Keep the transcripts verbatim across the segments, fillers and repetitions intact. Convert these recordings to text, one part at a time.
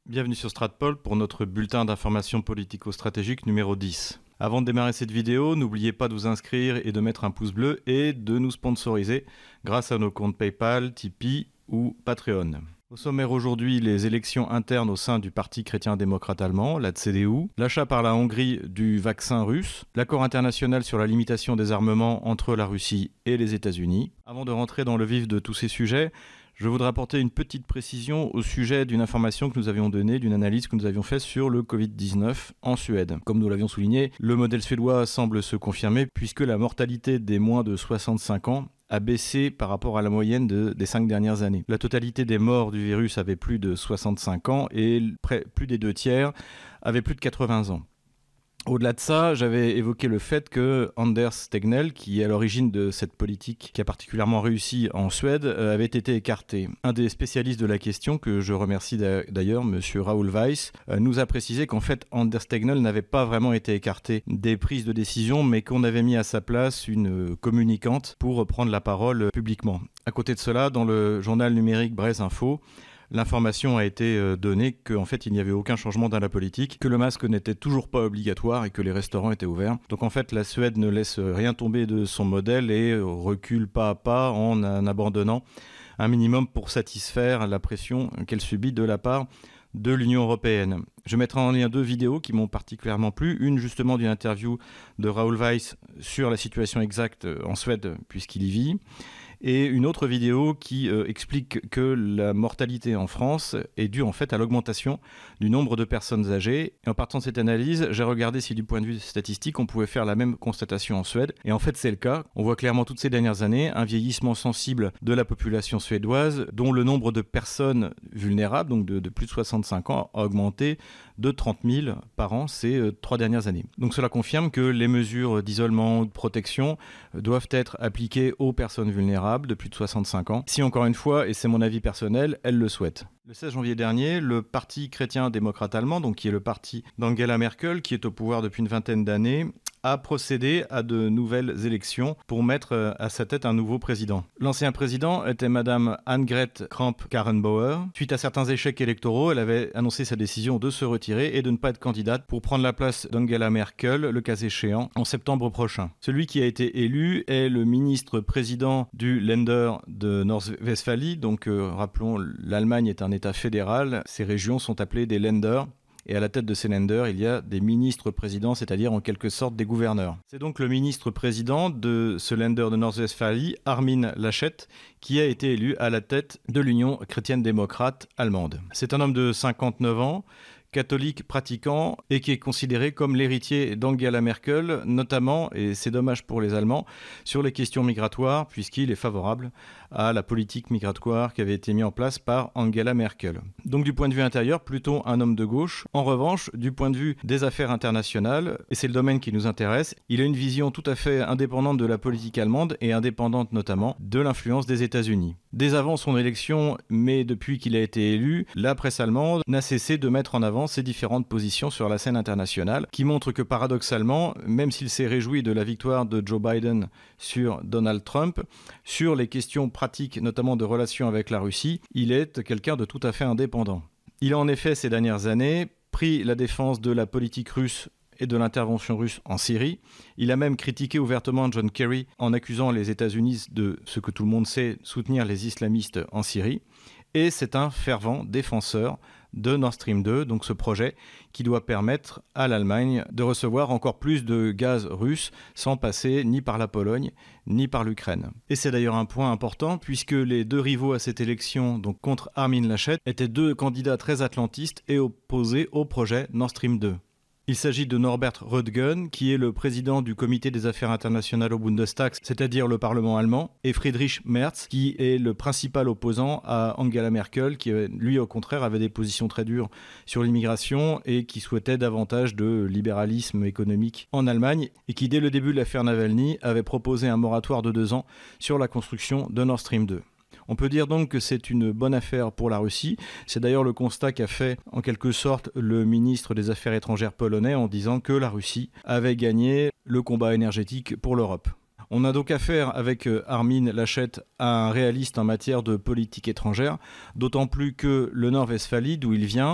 Bienvenue sur Stratpol pour notre bulletin d'information politico-stratégique numéro dix. Avant de démarrer cette vidéo, n'oubliez pas de vous inscrire et de mettre un pouce bleu et de nous sponsoriser grâce à nos comptes PayPal, Tipeee ou Patreon. Au sommaire aujourd'hui, les élections internes au sein du Parti chrétien-démocrate allemand, la C D U, l'achat par la Hongrie du vaccin russe, l'accord international sur la limitation des armements entre la Russie et les États-Unis. Avant de rentrer dans le vif de tous ces sujets, je voudrais apporter une petite précision au sujet d'une information que nous avions donnée, d'une analyse que nous avions faite sur le covid dix-neuf en Suède. Comme nous l'avions souligné, le modèle suédois semble se confirmer puisque la mortalité des moins de soixante-cinq ans a baissé par rapport à la moyenne de, des cinq dernières années. La totalité des morts du virus avait plus de soixante-cinq ans et près, plus des deux tiers avaient plus de quatre-vingts ans. Au-delà de ça, j'avais évoqué le fait que Anders Tegnell, qui est à l'origine de cette politique qui a particulièrement réussi en Suède, avait été écarté. Un des spécialistes de la question, que je remercie d'ailleurs, M. Raoul Weiss, nous a précisé qu'en fait Anders Tegnell n'avait pas vraiment été écarté des prises de décision, mais qu'on avait mis à sa place une communicante pour prendre la parole publiquement. À côté de cela, dans le journal numérique Braise Info, l'information a été donnée qu'en fait il n'y avait aucun changement dans la politique, que le masque n'était toujours pas obligatoire et que les restaurants étaient ouverts. Donc en fait la Suède ne laisse rien tomber de son modèle et recule pas à pas en abandonnant un minimum pour satisfaire la pression qu'elle subit de la part de l'Union européenne. Je mettrai en lien deux vidéos qui m'ont particulièrement plu. Une justement d'une interview de Raoul Weiss sur la situation exacte en Suède puisqu'il y vit. Et une autre vidéo qui euh, explique que la mortalité en France est due en fait à l'augmentation du nombre de personnes âgées. Et en partant de cette analyse, j'ai regardé si du point de vue statistique, on pouvait faire la même constatation en Suède. Et en fait, c'est le cas. On voit clairement toutes ces dernières années un vieillissement sensible de la population suédoise, dont le nombre de personnes vulnérables, donc de, de plus de soixante-cinq ans, a augmenté de trente mille par an ces euh, trois dernières années. Donc cela confirme que les mesures d'isolement ou de protection euh, doivent être appliquées aux personnes vulnérables de plus de soixante-cinq ans, si encore une fois, et c'est mon avis personnel, elle le souhaite. Le seize janvier dernier, le Parti chrétien-démocrate allemand, donc qui est le parti d'Angela Merkel, qui est au pouvoir depuis une vingtaine d'années, a procédé à de nouvelles élections pour mettre à sa tête un nouveau président. L'ancien président était Madame Annegret Kramp-Karrenbauer. Suite à certains échecs électoraux, elle avait annoncé sa décision de se retirer et de ne pas être candidate pour prendre la place d'Angela Merkel, le cas échéant, en septembre prochain. Celui qui a été élu est le ministre-président du Länder de Nord-Westphalie. Donc euh, rappelons, l'Allemagne est un État fédéral. Ces régions sont appelées des Länder. Et à la tête de ces Länder, il y a des ministres-présidents, c'est-à-dire en quelque sorte des gouverneurs. C'est donc le ministre-président de ce Länder de Nord-Westphalie, Armin Laschet, qui a été élu à la tête de l'Union chrétienne-démocrate allemande. C'est un homme de cinquante-neuf ans, catholique pratiquant et qui est considéré comme l'héritier d'Angela Merkel, notamment, et c'est dommage pour les Allemands, sur les questions migratoires, puisqu'il est favorable à la politique migratoire qui avait été mise en place par Angela Merkel. Donc du point de vue intérieur, plutôt un homme de gauche. En revanche, du point de vue des affaires internationales, et c'est le domaine qui nous intéresse, il a une vision tout à fait indépendante de la politique allemande et indépendante notamment de l'influence des États-Unis. Dès avant son élection, mais depuis qu'il a été élu, la presse allemande n'a cessé de mettre en avant ses différentes positions sur la scène internationale, qui montrent que paradoxalement, même s'il s'est réjoui de la victoire de Joe Biden sur Donald Trump, sur les questions pratiques, notamment de relations avec la Russie, il est quelqu'un de tout à fait indépendant. Il a en effet, ces dernières années, pris la défense de la politique russe et de l'intervention russe en Syrie. Il a même critiqué ouvertement John Kerry en accusant les États-Unis de, ce que tout le monde sait, soutenir les islamistes en Syrie. Et c'est un fervent défenseur de Nord Stream deux, donc ce projet qui doit permettre à l'Allemagne de recevoir encore plus de gaz russe sans passer ni par la Pologne ni par l'Ukraine. Et c'est d'ailleurs un point important puisque les deux rivaux à cette élection, donc contre Armin Laschet, étaient deux candidats très atlantistes et opposés au projet Nord Stream deux. Il s'agit de Norbert Röttgen, qui est le président du comité des affaires internationales au Bundestag, c'est-à-dire le Parlement allemand, et Friedrich Merz, qui est le principal opposant à Angela Merkel, qui lui au contraire avait des positions très dures sur l'immigration et qui souhaitait davantage de libéralisme économique en Allemagne, et qui dès le début de l'affaire Navalny avait proposé un moratoire de deux ans sur la construction de Nord Stream deux. On peut dire donc que c'est une bonne affaire pour la Russie. C'est d'ailleurs le constat qu'a fait en quelque sorte le ministre des Affaires étrangères polonais en disant que la Russie avait gagné le combat énergétique pour l'Europe. On a donc affaire avec Armin Laschet à un réaliste en matière de politique étrangère, d'autant plus que le Nord-Westphalie, d'où il vient,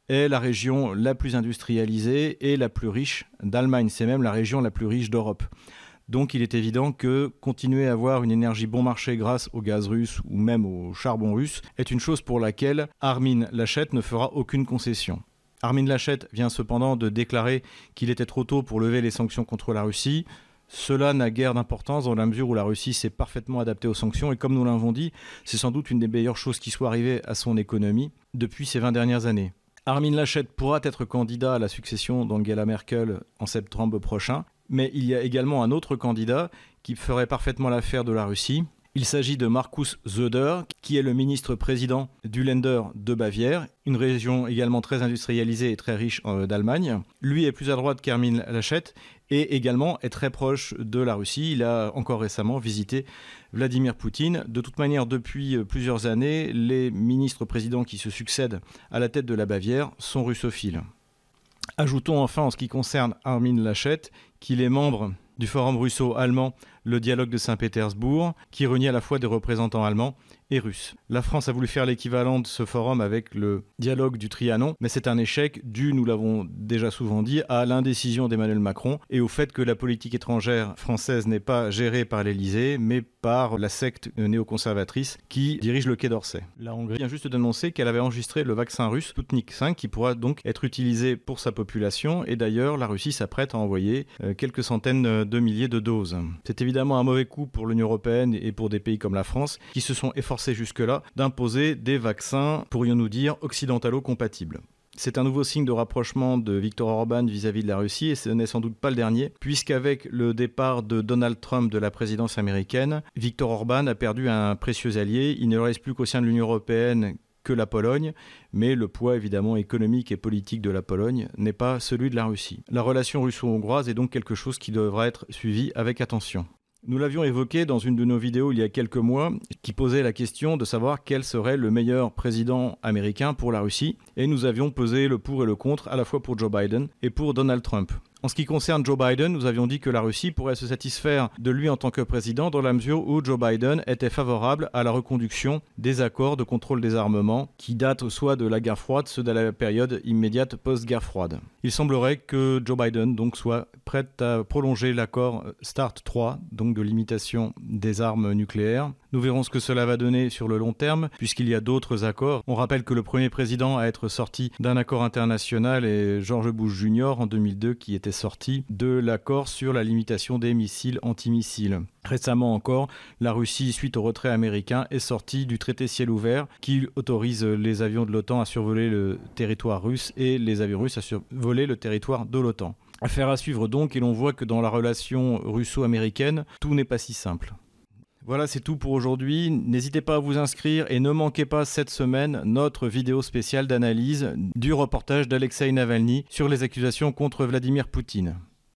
est la région la plus industrialisée et la plus riche d'Allemagne. C'est même la région la plus riche d'Europe. Donc il est évident que continuer à avoir une énergie bon marché grâce au gaz russe ou même au charbon russe est une chose pour laquelle Armin Laschet ne fera aucune concession. Armin Laschet vient cependant de déclarer qu'il était trop tôt pour lever les sanctions contre la Russie. Cela n'a guère d'importance dans la mesure où la Russie s'est parfaitement adaptée aux sanctions et comme nous l'avons dit, c'est sans doute une des meilleures choses qui soit arrivée à son économie depuis ces vingt dernières années. Armin Laschet pourra être candidat à la succession d'Angela Merkel en septembre prochain. Mais il y a également un autre candidat qui ferait parfaitement l'affaire de la Russie. Il s'agit de Markus Söder, qui est le ministre-président du Länder de Bavière, une région également très industrialisée et très riche euh, d'Allemagne. Lui est plus à droite qu'Armin Laschet et également est très proche de la Russie. Il a encore récemment visité Vladimir Poutine. De toute manière, depuis plusieurs années, les ministres-présidents qui se succèdent à la tête de la Bavière sont russophiles. Ajoutons enfin en ce qui concerne Armin Laschet qu'il est membre du forum russo-allemand Le Dialogue de Saint-Pétersbourg, qui réunit à la fois des représentants allemands et russes. La France a voulu faire l'équivalent de ce forum avec le dialogue du Trianon, mais c'est un échec dû, nous l'avons déjà souvent dit, à l'indécision d'Emmanuel Macron et au fait que la politique étrangère française n'est pas gérée par l'Élysée, mais par la secte néoconservatrice qui dirige le Quai d'Orsay. La Hongrie vient juste d'annoncer qu'elle avait enregistré le vaccin russe Sputnik cinq qui pourra donc être utilisé pour sa population et d'ailleurs la Russie s'apprête à envoyer euh, quelques centaines de milliers de doses. C'est évidemment un mauvais coup pour l'Union européenne et pour des pays comme la France qui se sont efforcés jusque-là d'imposer des vaccins, pourrions-nous dire, occidentalo-compatibles. C'est un nouveau signe de rapprochement de Viktor Orban vis-à-vis de la Russie et ce n'est sans doute pas le dernier, puisqu'avec le départ de Donald Trump de la présidence américaine, Viktor Orban a perdu un précieux allié. Il ne reste plus qu'au sein de l'Union européenne que la Pologne, mais le poids évidemment économique et politique de la Pologne n'est pas celui de la Russie. La relation russo-hongroise est donc quelque chose qui devra être suivi avec attention. Nous l'avions évoqué dans une de nos vidéos il y a quelques mois, qui posait la question de savoir quel serait le meilleur président américain pour la Russie, et nous avions pesé le pour et le contre à la fois pour Joe Biden et pour Donald Trump. En ce qui concerne Joe Biden, nous avions dit que la Russie pourrait se satisfaire de lui en tant que président dans la mesure où Joe Biden était favorable à la reconduction des accords de contrôle des armements qui datent soit de la guerre froide, soit de la période immédiate post-guerre froide. Il semblerait que Joe Biden donc soit prêt à prolonger l'accord START trois, donc de limitation des armes nucléaires. Nous verrons ce que cela va donner sur le long terme, puisqu'il y a d'autres accords. On rappelle que le premier président à être sorti d'un accord international est George Bush junior en deux mille deux, qui était sorti de l'accord sur la limitation des missiles antimissiles. Récemment encore, la Russie, suite au retrait américain, est sortie du traité ciel ouvert qui autorise les avions de l'OTAN à survoler le territoire russe et les avions russes à survoler le territoire de l'OTAN. Affaire à suivre donc, et l'on voit que dans la relation russo-américaine, tout n'est pas si simple. Voilà, c'est tout pour aujourd'hui. N'hésitez pas à vous inscrire et ne manquez pas cette semaine notre vidéo spéciale d'analyse du reportage d'Alexeï Navalny sur les accusations contre Vladimir Poutine.